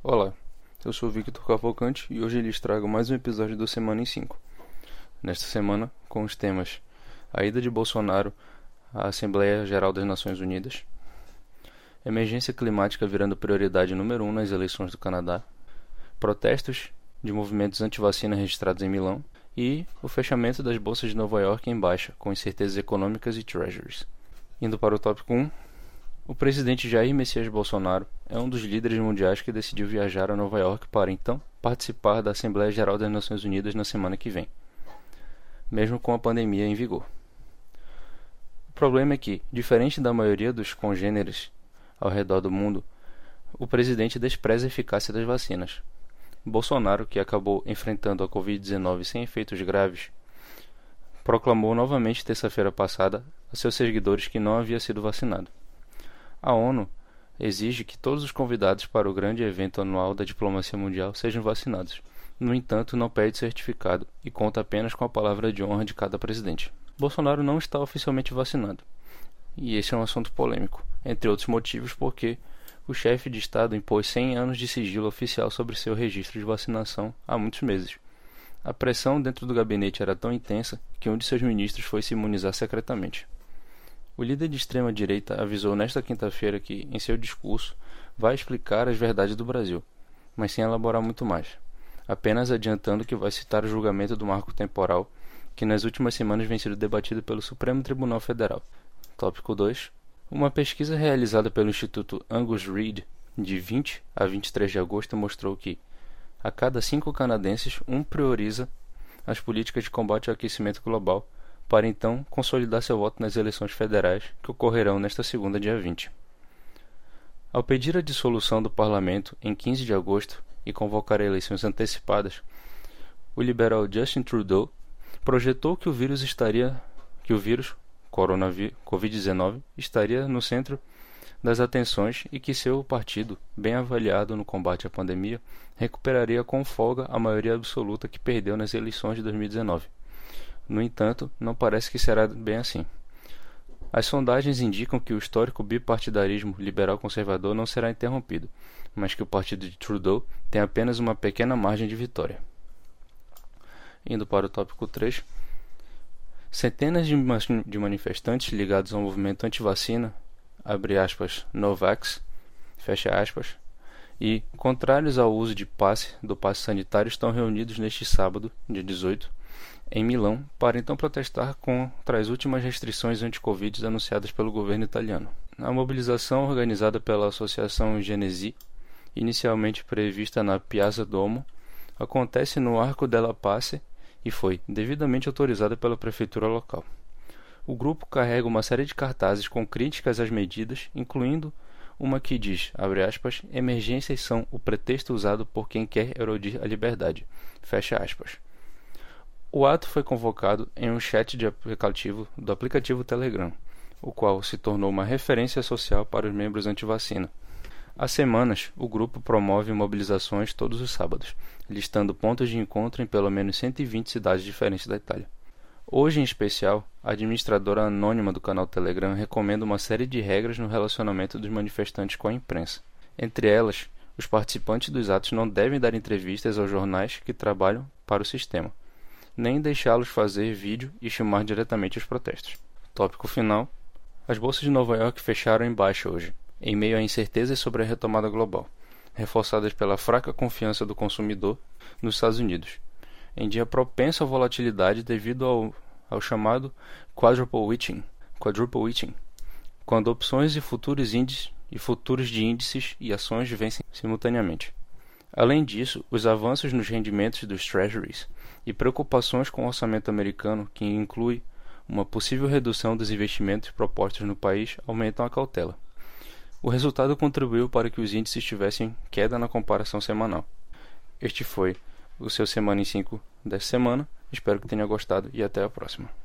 Olá, eu sou Victor Cavalcante e hoje lhes trago mais um episódio do Semana em 5. Nesta semana, com os temas: a ida de Bolsonaro à Assembleia Geral das Nações Unidas, emergência climática virando prioridade número 1 nas eleições do Canadá, protestos de movimentos anti-vacina registrados em Milão e o fechamento das bolsas de Nova York em baixa, com incertezas econômicas e treasuries. Indo para o tópico 1, o presidente Jair Messias Bolsonaro é um dos líderes mundiais que decidiu viajar a Nova York para, então, participar da Assembleia Geral das Nações Unidas na semana que vem, mesmo com a pandemia em vigor. O problema é que, diferente da maioria dos congêneres ao redor do mundo, o presidente despreza a eficácia das vacinas. Bolsonaro, que acabou enfrentando a Covid-19 sem efeitos graves, proclamou novamente terça-feira passada a seus seguidores que não havia sido vacinado. A ONU exige que todos os convidados para o grande evento anual da diplomacia mundial sejam vacinados. No entanto, não pede certificado e conta apenas com a palavra de honra de cada presidente. Bolsonaro não está oficialmente vacinado. E esse é um assunto polêmico, entre outros motivos porque o chefe de Estado impôs 100 anos de sigilo oficial sobre seu registro de vacinação há muitos meses. A pressão dentro do gabinete era tão intensa que um de seus ministros foi se imunizar secretamente. O líder de extrema-direita avisou nesta quinta-feira que, em seu discurso, vai explicar as verdades do Brasil, mas sem elaborar muito mais, apenas adiantando que vai citar o julgamento do marco temporal que nas últimas semanas vem sendo debatido pelo Supremo Tribunal Federal. Tópico 2. Uma pesquisa realizada pelo Instituto Angus Reid, de 20 a 23 de agosto, mostrou que, a cada 5 canadenses, um prioriza as políticas de combate ao aquecimento global, para então consolidar seu voto nas eleições federais que ocorrerão nesta segunda, dia 20. Ao pedir a dissolução do parlamento em 15 de agosto e convocar eleições antecipadas, o liberal Justin Trudeau projetou que o vírus Covid-19 estaria no centro das atenções e que seu partido, bem avaliado no combate à pandemia, recuperaria com folga a maioria absoluta que perdeu nas eleições de 2019. No entanto, não parece que será bem assim. As sondagens indicam que o histórico bipartidarismo liberal-conservador não será interrompido, mas que o partido de Trudeau tem apenas uma pequena margem de vitória. Indo para o tópico 3, centenas de manifestantes ligados ao movimento anti-vacina, abre aspas, Novax, fecha aspas, e contrários ao uso do passe sanitário estão reunidos neste sábado, dia 18, em Milão, para então protestar contra as últimas restrições anti-Covid anunciadas pelo governo italiano. A mobilização organizada pela Associação Genesi, inicialmente prevista na Piazza Duomo, acontece no Arco della Pace e foi devidamente autorizada pela prefeitura local. O grupo carrega uma série de cartazes com críticas às medidas, incluindo uma que diz, abre aspas, emergências são o pretexto usado por quem quer erodir a liberdade, fecha aspas. O ato foi convocado em um chat do aplicativo Telegram, o qual se tornou uma referência social para os membros anti-vacina. Há semanas, o grupo promove mobilizações todos os sábados, listando pontos de encontro em pelo menos 120 cidades diferentes da Itália. Hoje, em especial, a administradora anônima do canal Telegram recomenda uma série de regras no relacionamento dos manifestantes com a imprensa. Entre elas, os participantes dos atos não devem dar entrevistas aos jornais que trabalham para o sistema, nem deixá-los fazer vídeo e filmar diretamente os protestos. Tópico final. As bolsas de Nova York fecharam em baixa hoje, em meio a incertezas sobre a retomada global, reforçadas pela fraca confiança do consumidor nos Estados Unidos, em dia propenso à volatilidade devido ao chamado quadruple witching, quando opções e futuros de índices e ações vencem simultaneamente. Além disso, os avanços nos rendimentos dos treasuries e preocupações com o orçamento americano, que inclui uma possível redução dos investimentos propostos no país, aumentam a cautela. O resultado contribuiu para que os índices tivessem queda na comparação semanal. Este foi o seu Semana em 5 desta semana. Espero que tenha gostado e até a próxima.